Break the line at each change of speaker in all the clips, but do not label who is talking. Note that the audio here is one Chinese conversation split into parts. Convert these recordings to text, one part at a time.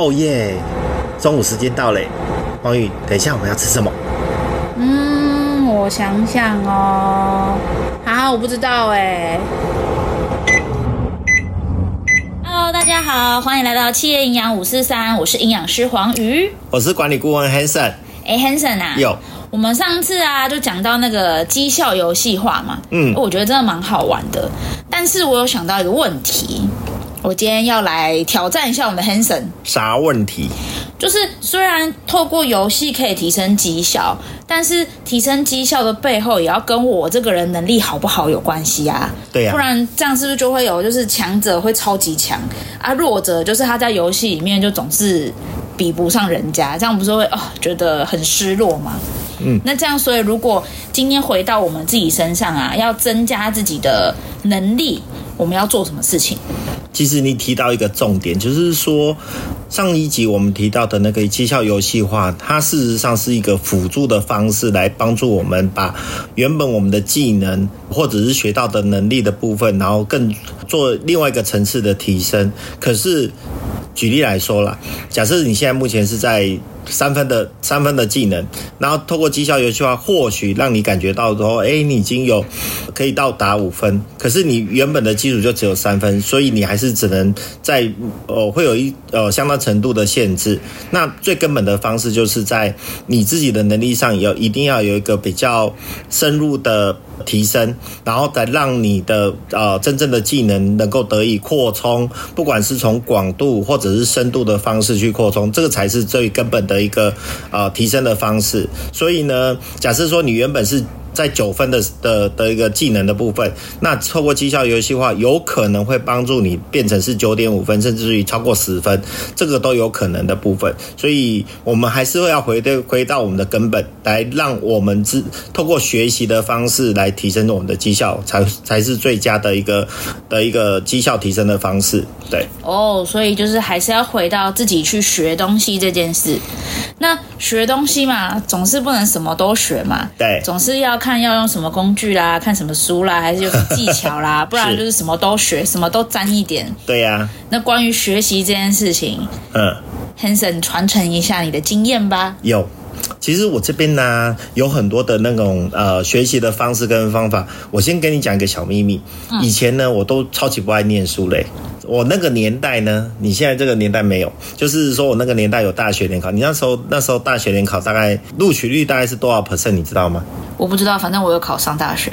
哦耶！中午时间到嘞，黄宇，等一下我们要吃什么？
我想想哦，我不知道哎。Hello， 大家好，欢迎来到企业营养543，我是营养师黄瑜，
我是管理顾问 Hanson。
Hanson 啊，
有。
我们上次就讲到那个绩效游戏化嘛，我觉得真的蛮好玩的。但是我有想到一个问题，我今天要来挑战一下我们的 Hanson。
啥问题？
就是虽然透过游戏可以提升绩效，但是提升绩效的背后也要跟我这个人能力好不好有关系啊。
对啊，
不然这样是不是就会有就是强者会超级强啊，弱者就是他在游戏里面就总是比不上人家，这样不是会觉得很失落吗？那这样，所以如果今天回到我们自己身上啊，要增加自己的能力，我们要做什么事情？
其实你提到一个重点，就是说上一集我们提到的那个绩效游戏化，它事实上是一个辅助的方式，来帮助我们把原本我们的技能或者是学到的能力的部分，然后更做另外一个层次的提升。可是举例来说啦，假设你现在目前是在三分的技能，然后透过绩效游戏化，或许让你感觉到说，你已经有可以到达5分，可是你原本的基础就只有3分，所以你还是只能在会有相当程度的限制。那最根本的方式就是在你自己的能力上一定要有一个比较深入的提升，然后再让你的真正的技能能够得以扩充，不管是从广度或者是深度的方式去扩充，这个才是最根本的一个提升的方式。所以呢，假设说你原本是在9分的一个技能的部分，那透过绩效游戏化，有可能会帮助你变成是9.5分，甚至于超过10分，这个都有可能的部分。所以我们还是会要回到我们的根本，来让我们透过学习的方式来提升我们的绩效，才是最佳的一个绩效提升的方式。对。
所以就是还是要回到自己去学东西这件事。那学东西嘛，总是不能什么都学嘛。
对。
总是要看要用什么工具啦，看什么书啦，还是有什么技巧啦，不然就是什么都学，什么都沾一点。
对呀。
那关于学习这件事情，Hanson 传承一下你的经验吧。
有。其实我这边呢有很多的那种学习的方式跟方法。我先跟你讲一个小秘密，以前呢我都超级不爱念书嘞。我那个年代呢，你现在这个年代没有，就是说我那个年代有大学联考。你那时候大学联考大概录取率大概是多少 %， 你知道吗？
我不知道，反正我有考上大学。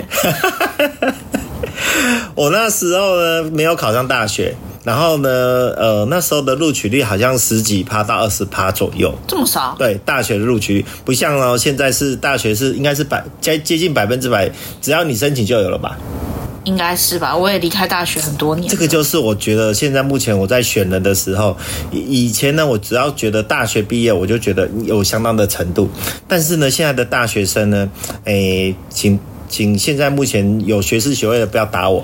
我那时候呢没有考上大学，然后呢那时候的录取率好像10几%到20%左右。
这么少？对，
大学的录取率不像现在是大学是应该是接近100%，只要你申请就有了吧？
应该是吧，我也离开大学很多年。
这个就是我觉得现在目前我在选人的时候，以前呢我只要觉得大学毕业我就觉得有相当的程度，但是呢现在的大学生呢请现在目前有学士学位的不要打我。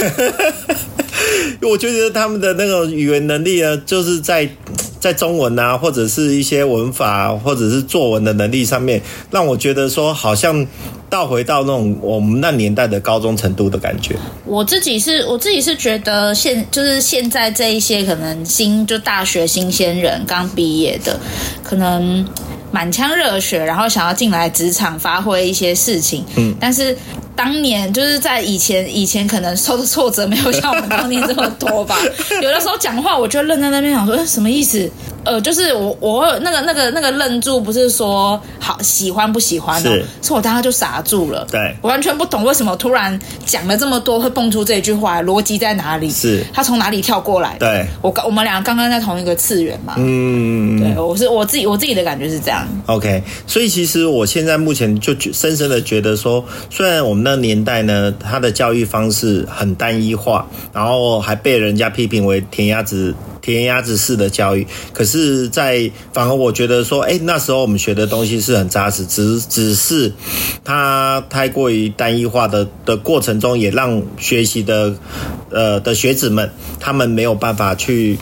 我觉得他们的那种语言能力呢，就是在中文啊，或者是一些文法或者是作文的能力上面，让我觉得说好像回到那种我们那年代的高中程度的感觉。我自己
是觉得现在这一些可能就大学新鲜人刚毕业的，可能满腔热血，然后想要进来职场发挥一些事情，但是当年就是在以前可能受的挫折没有像我们当年这么多吧。有的时候讲话我就愣在那边想说，什么意思？就是我那个愣住，不是说好喜欢不喜欢是我当时就傻住了。
对，
我完全不懂为什么突然讲了这么多会蹦出这句话，逻辑在哪里？是他从哪里跳过来？对，我们俩刚刚在同一个次元嘛。对，我自己的感觉是这样。
OK， 所以其实我现在目前就深深的觉得说，虽然我们那年代呢，他的教育方式很单一化，然后还被人家批评为填鸭子式的教育，可是反而我觉得说，那时候我们学的东西是很扎实，只是它太过于单一化的过程中，也让学习的学子们他们没有办法去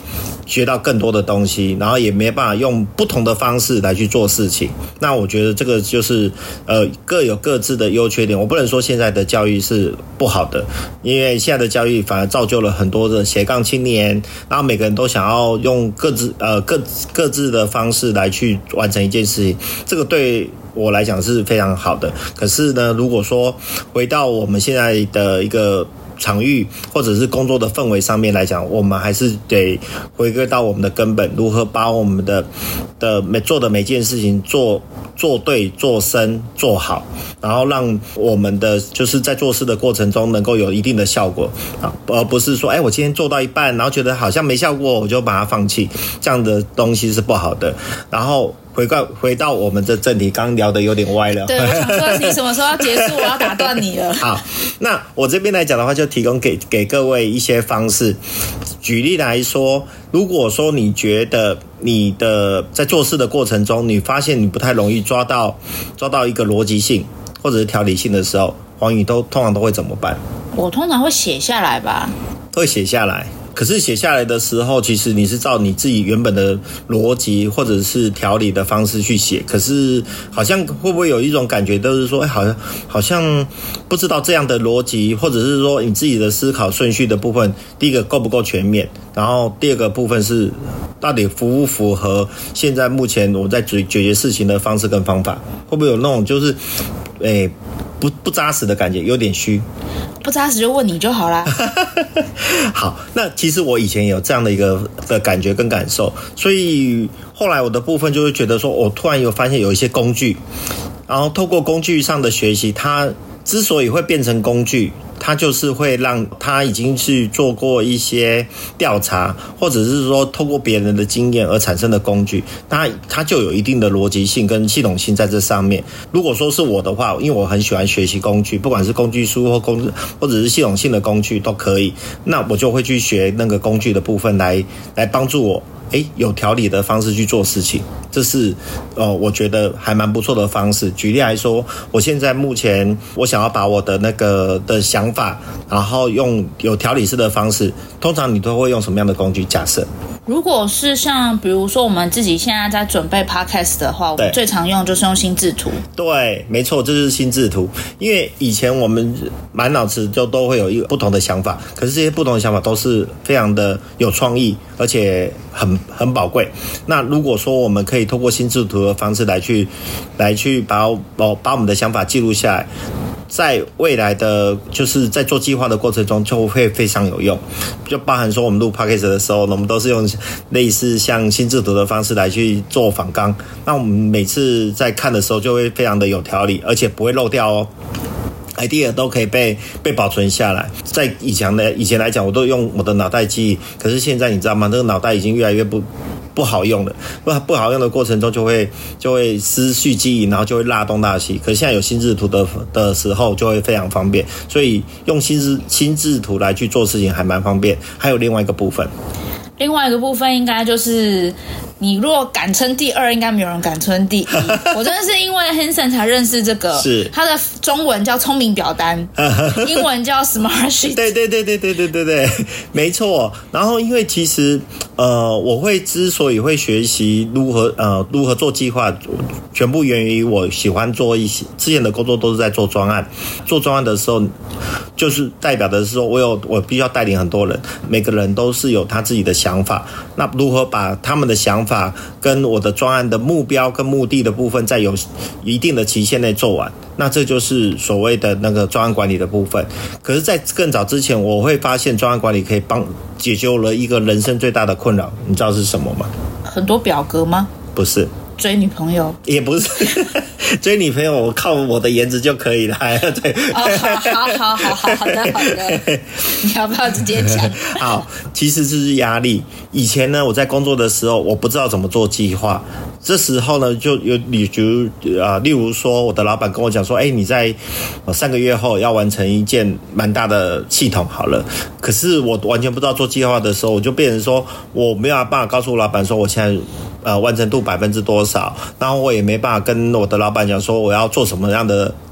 学到更多的东西，然后也没办法用不同的方式来去做事情。那我觉得这个就是各有各自的优缺点。我不能说现在的教育是不好的，因为现在的教育反而造就了很多的斜杠青年，然后每个人都想要用各自的方式来去完成一件事情，这个对我来讲是非常好的。可是呢，如果说回到我们现在的一个场域或者是工作的氛围上面来讲，我们还是得回归到我们的根本，如何把我们的做的每件事情做对、做深、做好，然后让我们的就是在做事的过程中能够有一定的效果，而不是说我今天做到一半，然后觉得好像没效果，我就把它放弃，这样的东西是不好的。然后回到我们的正题，刚聊的有点歪了。
对，我想说你什么时候要结束？我要打断你了。
好，那我这边来讲的话，就提供给各位一些方式。举例来说，如果说你觉得你的在做事的过程中，你发现你不太容易抓到一个逻辑性或者是条理性的时候，黄宇通常都会怎么办？
我通常会写下来吧。
会写下来。可是写下来的时候，其实你是照你自己原本的逻辑或者是条理的方式去写，可是好像会不会有一种感觉，都是说，好像不知道这样的逻辑，或者是说你自己的思考顺序的部分，第一个够不够全面，然后第二个部分是到底符不符合现在目前我在解决事情的方式跟方法，会不会有那种就是不扎实的感觉，有点虚。
不扎实就问你就好啦。
好，那其实我以前有这样的一个的感觉跟感受，所以后来我的部分就会觉得说，我突然有发现有一些工具，然后透过工具上的学习，它之所以会变成工具，他就是会让他已经去做过一些调查，或者是说透过别人的经验而产生的工具，他就有一定的逻辑性跟系统性在这上面。如果说是我的话，因为我很喜欢学习工具，不管是工具书或者是系统性的工具都可以，那我就会去学那个工具的部分来帮助我有条理的方式去做事情。这是我觉得还蛮不错的方式。举例来说，我现在目前我想要把我的那个的想法，然后用有条理式的方式，通常你都会用什么样的工具？假设
如果是像比如说我们自己现在在准备 podcast 的话，我们最常用就是用心智图。
对，没错，这就是心智图。因为以前我们满脑子就都会有一个不同的想法，可是这些不同的想法都是非常的有创意，而且很宝贵。那如果说我们可以透过心智图的方式来去把我们的想法记录下来，在未来的就是在做计划的过程中就会非常有用，就包含说我们录 podcast 的时候呢，我们都是用类似像心智图的方式来去做访纲，那我们每次在看的时候就会非常的有条理，而且不会漏掉哦。idea 都可以被保存下来。在以前来讲，我都用我的脑袋记忆，可是现在你知道吗？这个脑袋已经越来越不好用了，不好用的过程中就会失去记忆，然后就会落东落西。可是现在有心智图的时候就会非常方便，所以用心智图来去做事情还蛮方便。还有另外一个部分
应该就是你如果敢称第二，应该没有人敢称第一。我真的是因为 Hanson 才认识这个，
是
它的中文叫聪明表单，英文叫 Smart Sheet。
对，没错。然后因为其实我之所以会学习如何做计划，全部源于我喜欢做一些之前的工作都是在做专案。做专案的时候，就是代表的是说我必须要带领很多人，每个人都是有他自己的想法。那如何把他们的想法跟我的专案的目标跟目的的部分，在有一定的期限内做完，那这就是所谓的那个专案管理的部分。可是在更早之前，我会发现专案管理可以解决了一个人生最大的困扰，你知道是什么吗？
很多表格吗？
不是。
追女朋友
也不是追女朋友，我靠我的颜值就可以了。对，
好的，你要不要直接讲？
好，其实这是压力。以前呢，我在工作的时候，我不知道怎么做计划。这时候呢，就有例如说，我的老板跟我讲说，你在3个月后要完成一件蛮大的系统好了。可是我完全不知道做计划的时候，我就变成说，我没有办法告诉老板说我现在完成度多少，然后我也没办法跟我的老板讲说我要做什么样的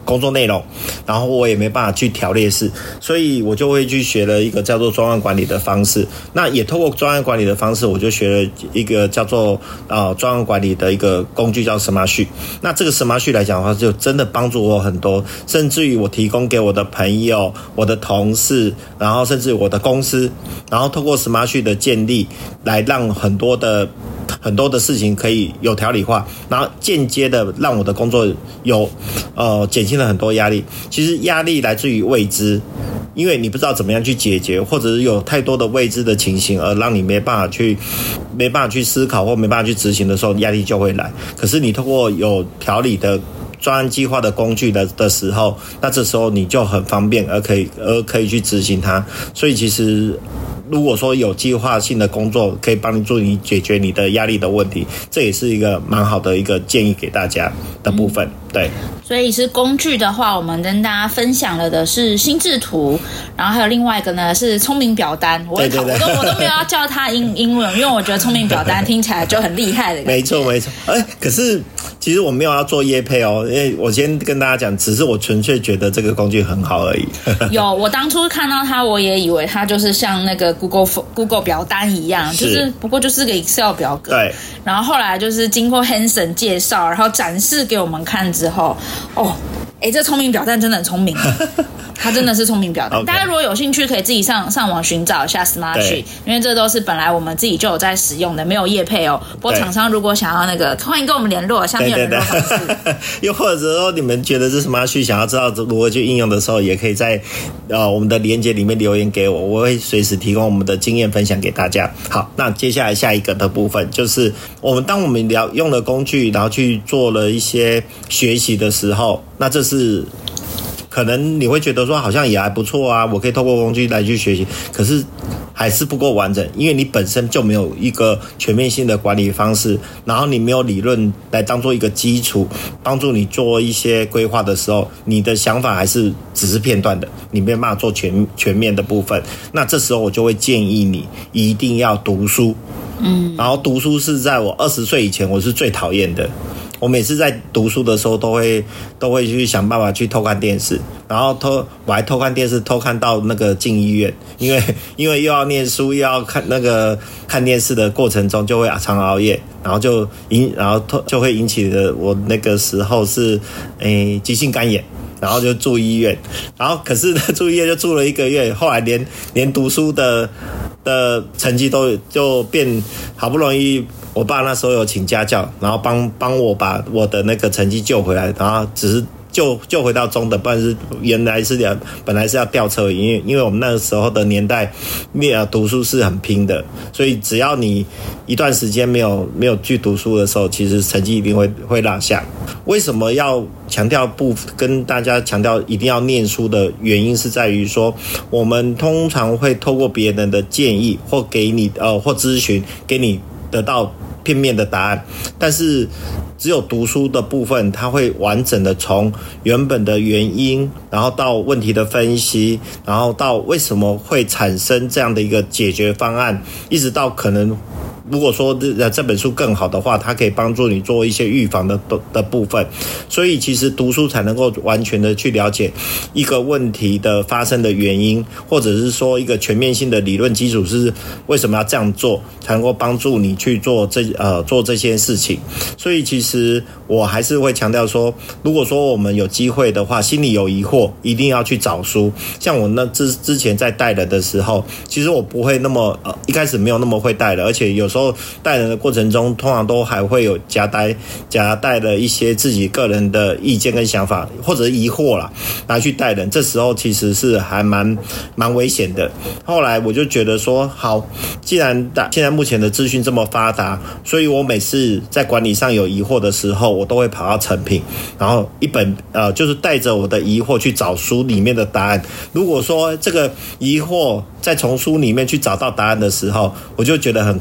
工作内容，然后我也没办法去条列式，所以我就会去学了一个叫做专案管理的方式。那也透过专案管理的方式，我就学了一个叫做专案管理的一个工具叫 Smartsheet。那这个 Smartsheet 来讲的话，就真的帮助我很多，甚至于我提供给我的朋友、我的同事，然后甚至我的公司，然后透过 Smartsheet 的建立，来让很多的事情可以有条理化，然后间接的让我的工作有减轻了很多压力。其实压力来自于未知，因为你不知道怎么样去解决，或者是有太多的未知的情形，而让你没办法去思考或没办法去执行的时候，压力就会来。可是你透过有条理的专案计划的工具的时候，那这时候你就很方便，而可以去执行它。所以其实如果说有计划性的工作可以帮助你解决你的压力的问题，这也是一个蛮好的一个建议给大家的部分。对，
所以是工具的话，我们跟大家分享了的是心智图，然后还有另外一个呢是聪明表单。我都没有要叫它英文，因为我觉得聪明表单听起来就很厉害的感觉。
没错。可是其实我没有要做业配哦，因为我先跟大家讲，只是我纯粹觉得这个工具很好而已。
有，我当初看到它，我也以为它就是像那个 Google 表单一样，就是不过就是个 Excel 表格。
对。
然后后来就是经过 Hanson 介绍，然后展示给我们看之后，这聪明表单真的很聪明。它真的是聪明表单。大家如果有兴趣，可以自己上网寻找一下 Smartsheet， 因为这都是本来我们自己就有在使用的，没有业配哦。不过厂商如果想要那个，欢迎跟我们联络，下面有联络方式。
又或者说你们觉得这 Smartsheet 想要知道如何去应用的时候，也可以在我们的连结里面留言给我，我会随时提供我们的经验分享给大家。好，那接下来下一个的部分就是当我们用了工具，然后去做了一些学习的时候，那这是可能你会觉得说好像也还不错啊，我可以透过工具来去学习，可是还是不够完整，因为你本身就没有一个全面性的管理方式，然后你没有理论来当做一个基础，帮助你做一些规划的时候，你的想法还是只是片段的，你没有办法做全面的部分。那这时候我就会建议你一定要读书。然后读书是在我20岁以前我是最讨厌的。我每次在读书的时候都会去想办法去偷看电视，然后我还偷看电视，偷看到那个进医院，因为又要念书又要看电视的过程中就会常熬夜，然后就会引起的我那个时候是急性肝炎，然后就住医院，然后可是呢住医院就住了1个月，后来连读书的成绩就变，好不容易我爸那时候有请家教，然后帮我把我的那个成绩救回来，然后只是救回到中等，不然是本来是要吊车尾，因为我们那个时候的年代读书是很拼的，所以只要你一段时间没有去读书的时候，其实成绩一定会落下。为什么要跟大家强调一定要念书的原因是在于说，我们通常会透过别人的建议或给你或咨询给你得到片面的答案，但是只有读书的部分，它会完整的从原本的原因，然后到问题的分析，然后到为什么会产生这样的一个解决方案，一直到可能如果说这本书更好的话，它可以帮助你做一些预防的部分。所以其实读书才能够完全的去了解一个问题的发生的原因，或者是说一个全面性的理论基础是为什么要这样做，才能够帮助你去做这些事情。所以其实我还是会强调说，如果说我们有机会的话，心里有疑惑一定要去找书。像我之前在带人的时候，其实我不会那么一开始没有那么会带人，而且有时候带人的过程中通常都还会有夹带了一些自己个人的意见跟想法或者是疑惑啦，拿去带人，这时候其实是还蛮危险的。后来我就觉得说，好，既然现在目前的资讯这么发达，所以我每次在管理上有疑惑的时候，我都会跑到诚品，然后一本就是带着我的疑惑去找书里面的答案。如果说这个疑惑再从书里面去找到答案的时候，我就觉得很开心，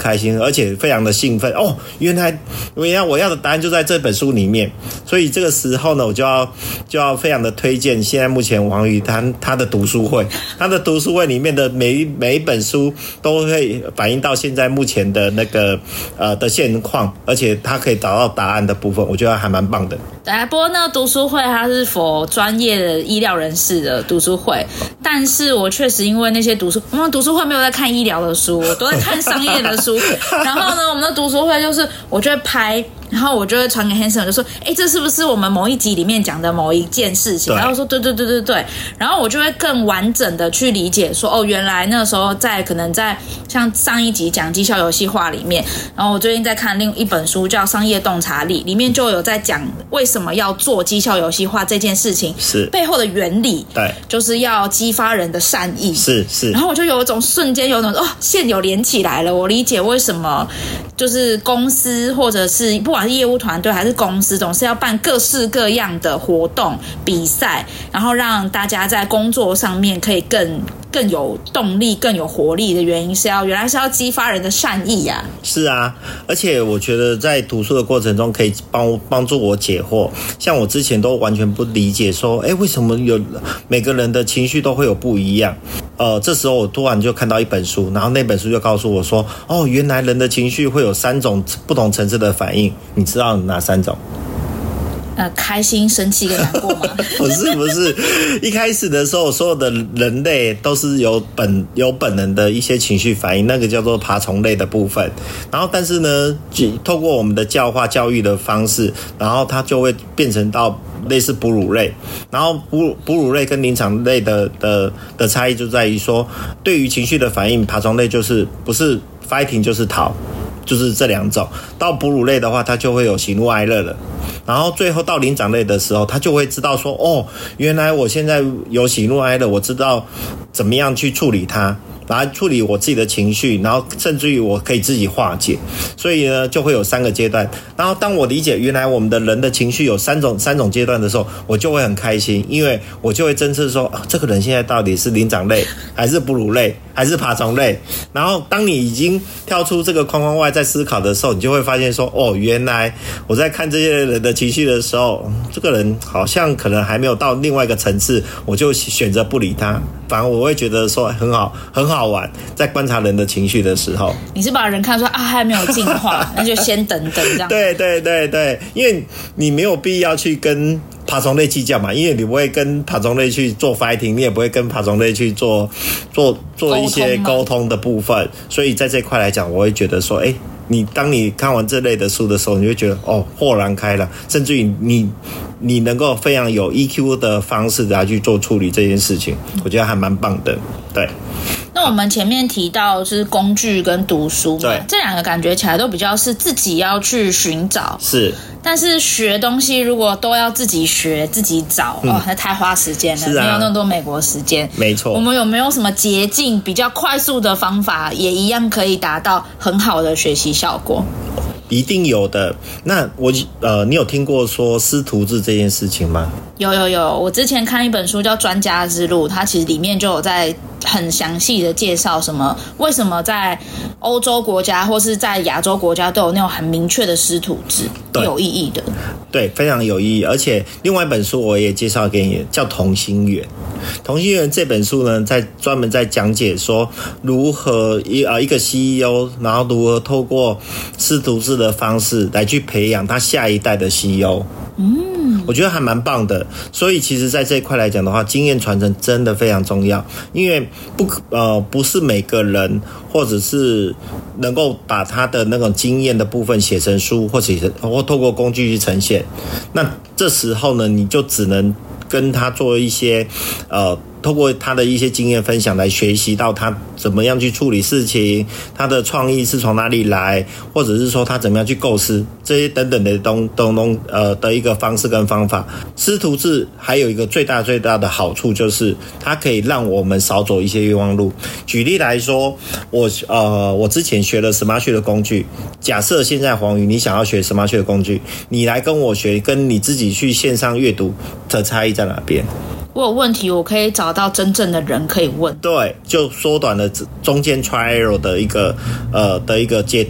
而且非常的兴奋哦，原来我要的答案就在这本书里面。所以这个时候呢，我就要非常的推荐现在目前王宇他的读书会，他的读书会里面的每一本书都会反映到现在目前的那个的现况，而且他可以找到答案的部分，我觉得还蛮棒的。
对，不过那个读书会它是for专业的医疗人士的读书会，但是我确实因为那些读书会没有在看医疗的书，我都在看商业的书。然后呢，我们的读书会就是我就会拍，然后我就会传给 Hanson， 就说，这是不是我们某一集里面讲的某一件事情？然后说对，然后我就会更完整的去理解说，原来那个时候可能在像上一集讲绩效游戏化里面，然后我最近在看另一本书叫《商业洞察力》，里面就有在讲为什么要做绩效游戏化这件事情，
是
背后的原理，
对，
就是要激发人的善意，
是。
然后我就有一种瞬间有一种线有连起来了，我理解为什么就是公司或者是不管是业务团队还是公司，总是要办各式各样的活动比赛，然后让大家在工作上面可以更有动力、更有活力的原因原来是要激发人的善意呀。
是啊，而且我觉得在读书的过程中可以帮助我解惑。像我之前都完全不理解说，为什么有每个人的情绪都会有不一样？这时候我突然就看到一本书，然后那本书就告诉我说，原来人的情绪会有3种不同层次的反应，你知道哪3种？
开心、生气跟难过吗？
不是，一开始的时候，所有的人类都是有本能的一些情绪反应，那个叫做爬虫类的部分。然后，但是呢，透过我们的教育的方式，然后它就会变成到类似哺乳类。然后哺乳类跟灵长类的差异就在于说，对于情绪的反应，爬虫类就是不是 fighting 就是逃。就是这2种。到哺乳类的话，它就会有喜怒哀乐了。然后最后到灵长类的时候，他就会知道说，原来我现在有喜怒哀乐，我知道怎么样去处理它，然后处理我自己的情绪，然后甚至于我可以自己化解。所以呢，就会有3个阶段。然后当我理解原来我们的人的情绪有三种阶段的时候，我就会很开心，因为我就会侦测说，这个人现在到底是灵长类，还是哺乳类，还是爬虫类。然后当你已经跳出这个框框外在思考的时候，你就会发现说，原来我在看这些人的情绪的时候，这个人好像可能还没有到另外一个层次，我就选择不理他。反而我会觉得说很好玩，在观察人的情绪的时候，
你是把人看说还没有进化，那就先等等这样。
对，因为你没有必要去跟爬虫类计较嘛，因为你不会跟爬虫类去做 fighting， 你也不会跟爬虫类去做一些沟通的部分，所以在这块来讲，我会觉得说，当你看完这类的书的时候，你会觉得豁然开朗，甚至于你能够非常有 EQ 的方式来去做处理这件事情，我觉得还蛮棒的。对。
那我们前面提到是工具跟读书嘛，这2个感觉起来都比较是自己要去寻找，
是。
但是学东西如果都要自己学自己找，那太花时间了，没有那么多美国时间。
没错。我
们有没有什么捷径比较快速的方法，也一样可以达到很好的学习效果？
一定有的。那你有听过说师徒制这件事情吗？
有，我之前看一本书叫《专家之路》，它其实里面就有在很详细的介绍为什么在欧洲国家或是在亚洲国家都有那种很明确的师徒制，有意义的。
对，非常有意义。而且另外一本书我也介绍给你，叫《同心圆》。《同心圆》这本书呢，专门在讲解说如何一个 CEO， 然后如何透过师徒制的方式来去培养他下一代的 CEO。我觉得还蛮棒的。所以其实在这一块来讲的话，经验传承真的非常重要，因为不是每个人或者是能够把他的那种经验的部分写成书，或透过工具去呈现。那这时候呢，你就只能跟他做一些透过他的一些经验分享来学习到他怎么样去处理事情，他的创意是从哪里来，或者是说他怎么样去构思这些等等的的一个方式跟方法。师徒制还有一个最大的好处，就是它可以让我们少走一些冤枉路。举例来说，我之前学了 Smartsheet 的工具，假设现在黄宇你想要学 Smartsheet 的工具，你来跟我学，跟你自己去线上阅读的差异在哪边？
我有问题，我可以找到真正的人可以问。
对，就缩短了中间 trial 的一个阶段。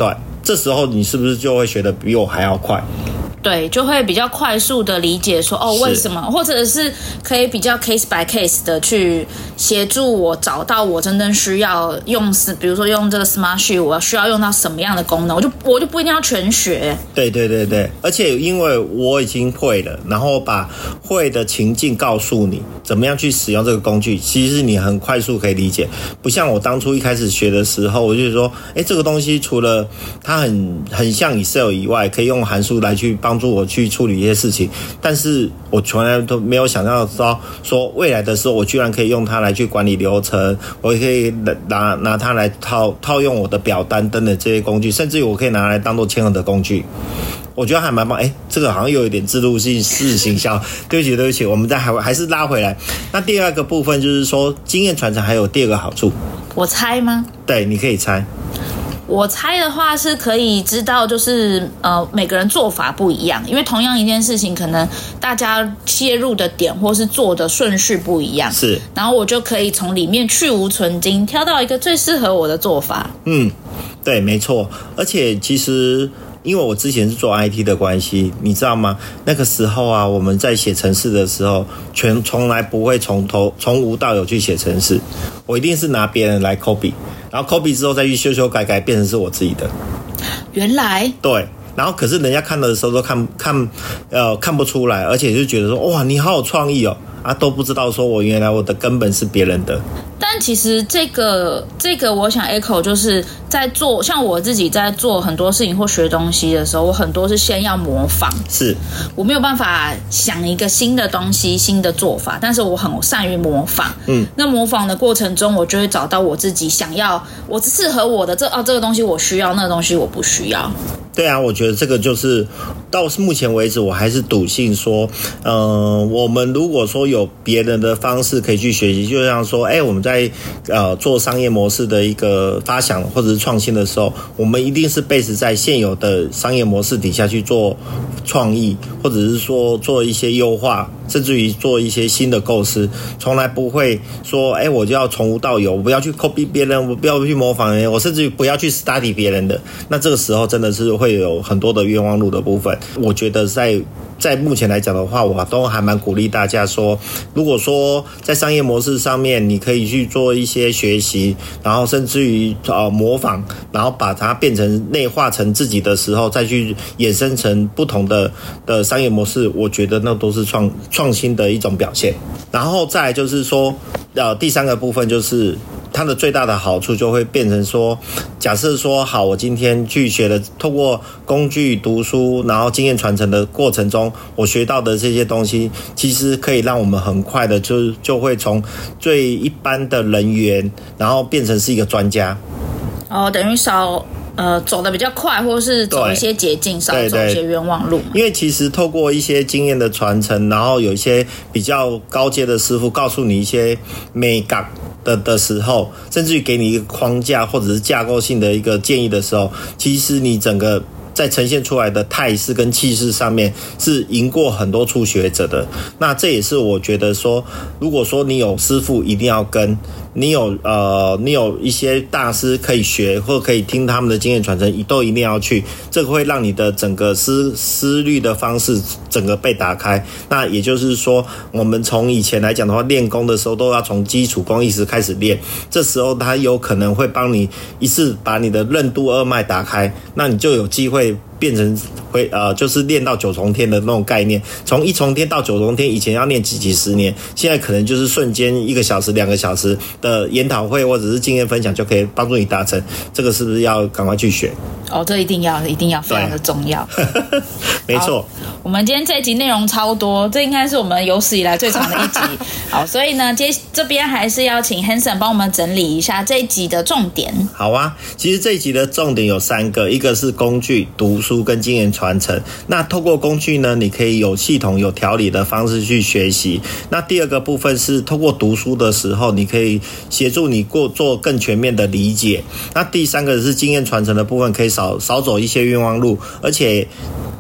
这时候你是不是就会学得比我还要快？
对，就会比较快速的理解说为什么，或者是可以比较 case by case 的去协助我找到我真正需要用，比如说用这个 Smart Sheet 我需要用到什么样的功能，我就不一定要全学。对，
而且因为我已经会了，然后把会的情境告诉你怎么样去使用这个工具，其实你很快速可以理解。不像我当初一开始学的时候，我就说这个东西除了它很像 Excel 以外，可以用函数来去帮助我去处理一些事情，但是我从来都没有想到说未来的时候我居然可以用它来去管理流程，我也可以拿它来套用我的表单等等这些工具，甚至于我可以拿来当做签合的工具。我觉得还蛮棒。这个好像有一点置入性行销。对不起，我们还是拉回来。那第二个部分就是说，经验传承还有第二个好处。
我猜吗？
对，你可以猜。
我猜的话是可以知道，就是每个人做法不一样，因为同样一件事情，可能大家切入的点或是做的顺序不一样，
是，
然后我就可以从里面去无存菁，挑到一个最适合我的做法。
对，没错。而且其实因为我之前是做 IT 的关系，你知道吗？那个时候啊，我们在写程式的时候，从来不会从无到有去写程式，我一定是拿别人来 copy， 然后 copy 之后再去修改，变成是我自己的。
原来
对。然后可是人家看的时候都看不出来，而且就觉得说哇，你好有创意哦，都不知道说我原来我的根本是别人的。
但其实这个我想 echo 就是在做，像我自己在做很多事情或学东西的时候，我很多是先要模仿，是我没有办法想一个新的东西、新的做法，但是我很善于模仿。那模仿的过程中，我就会找到我自己想要，我适合我的这个东西我需要，那个东西我不需要。
对啊，我觉得这个就是到目前为止，我还是笃信说，我们如果说有别人的方式可以去学习，就像说，我们在做商业模式的一个发想或者是创新的时候，我们一定是 base 在现有的商业模式底下去做创意，或者是说做一些优化，甚至于做一些新的构思，从来不会说，我就要从无到有，我不要去 copy 别人，我不要去模仿人，我甚至于不要去 study 别人的。那这个时候真的是会有很多的冤枉路的部分。我觉得在目前来讲的话，我都还蛮鼓励大家说，如果说在商业模式上面你可以去做一些学习，然后甚至于模仿，然后把它变成内化成自己的时候，再去衍生成不同的商业模式，我觉得那都是创新的一种表现。然后再来就是说第三个部分就是它的最大的好处就会变成说，假设说好，我今天去学了，透过工具读书，然后经验传承的过程中，我学到的这些东西，其实可以让我们很快的就会从最一般的人员，然后变成是一个专家。
等于走得比较快，或是走一些捷径，少走一些冤枉路。
因为其实透过一些经验的传承，然后有一些比较高阶的师傅告诉你一些美感的时候，甚至于给你一个框架或者是架构性的一个建议的时候，其实你整个在呈现出来的态势跟气势上面是赢过很多初学者的。那这也是我觉得说，如果说你有师傅一定要跟，你有一些大师可以学或可以听他们的经验传承，都一定要去，这个会让你的整个思虑的方式整个被打开。那也就是说，我们从以前来讲的话，练功的时候都要从基础功一直开始练，这时候它有可能会帮你一次把你的任督二脉打开，那你就有机会变成就是练到九重天的那种概念。从一重天到九重天，以前要练几十年，现在可能就是瞬间1个小时、2个小时的研讨会或者是经验分享就可以帮助你达成。这个是不是要赶快去学？
这一定要，非常的重要。
没错。
我们今天这一集内容超多，这应该是我们有史以来最长的一集。好，所以呢，这边还是要请 Hanson 帮我们整理一下这一集的重点。
好啊，其实这一集的重点有3个，一个是工具、读书跟经验传承。那透过工具呢，你可以有系统、有条理的方式去学习。那第二个部分是透过读书的时候，你可以协助你做更全面的理解。那第3个是经验传承的部分，可以少走一些冤枉路，而且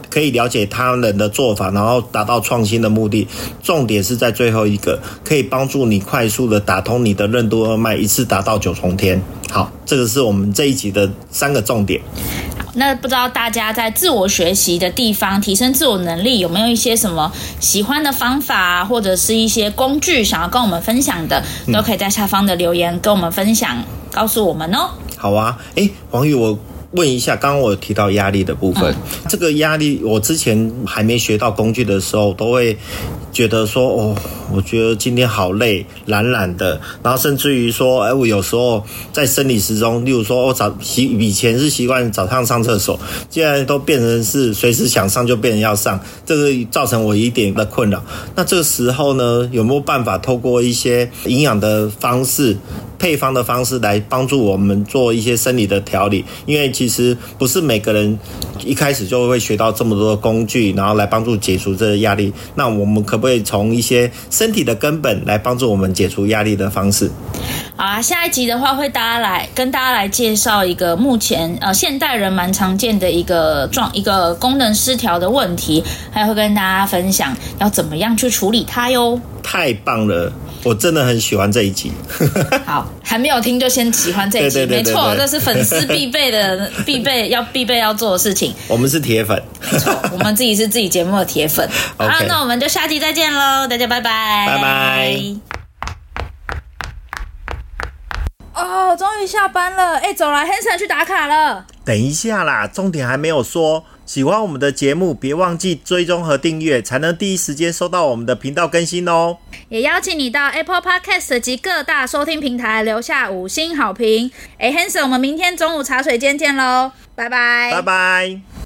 可以了解他人的做法，然后达到创新的目的。重点是在最后一个，可以帮助你快速的打通你的任督二脉，一次达到9重天。好，这个是我们这一集的3个重点。
那不知道大家在自我学习的地方，提升自我能力，有没有一些什么喜欢的方法，或者是一些工具想要跟我们分享的，都可以在下方的留言跟我们分享，告诉我们哦。
好啊，黄宇，我问一下，刚刚我有提到压力的部分，这个压力我之前还没学到工具的时候，都会觉得说，我觉得今天好累，懒懒的，然后甚至于说，我有时候在生理时钟，例如说以前是习惯早上上厕所，现在都变成是随时想上就变成要上，这个造成我一点的困扰。那这个时候呢，有没有办法透过一些营养的方式、配方的方式来帮助我们做一些生理的调理？因为其实不是每个人一开始就会学到这么多的工具，然后来帮助解除这个压力。那我们可不可以从一些身体的根本来帮助我们解除压力的方式？
好啊，下一集的话会跟大家来介绍一个目前现代人蛮常见的一个功能失调的问题，还会跟大家分享要怎么样去处理它哟。
太棒了，我真的很喜欢这一集。
好，还没有听就先喜欢这一集，没错，这是粉丝必备要做的事情。
我们是铁粉，
没错，我们自己是自己节目的铁粉。好，那我们就下集再见喽，大家拜拜，
拜拜。
终于下班了，走来 Hanson 去打卡了。
等一下啦，重点还没有说。喜欢我们的节目，别忘记追踪和订阅，才能第一时间收到我们的频道更新哦。
也邀请你到 Apple Podcast 及各大收听平台留下5星好评。Hanson， 我们明天中午茶水间见喽，拜拜，
拜拜。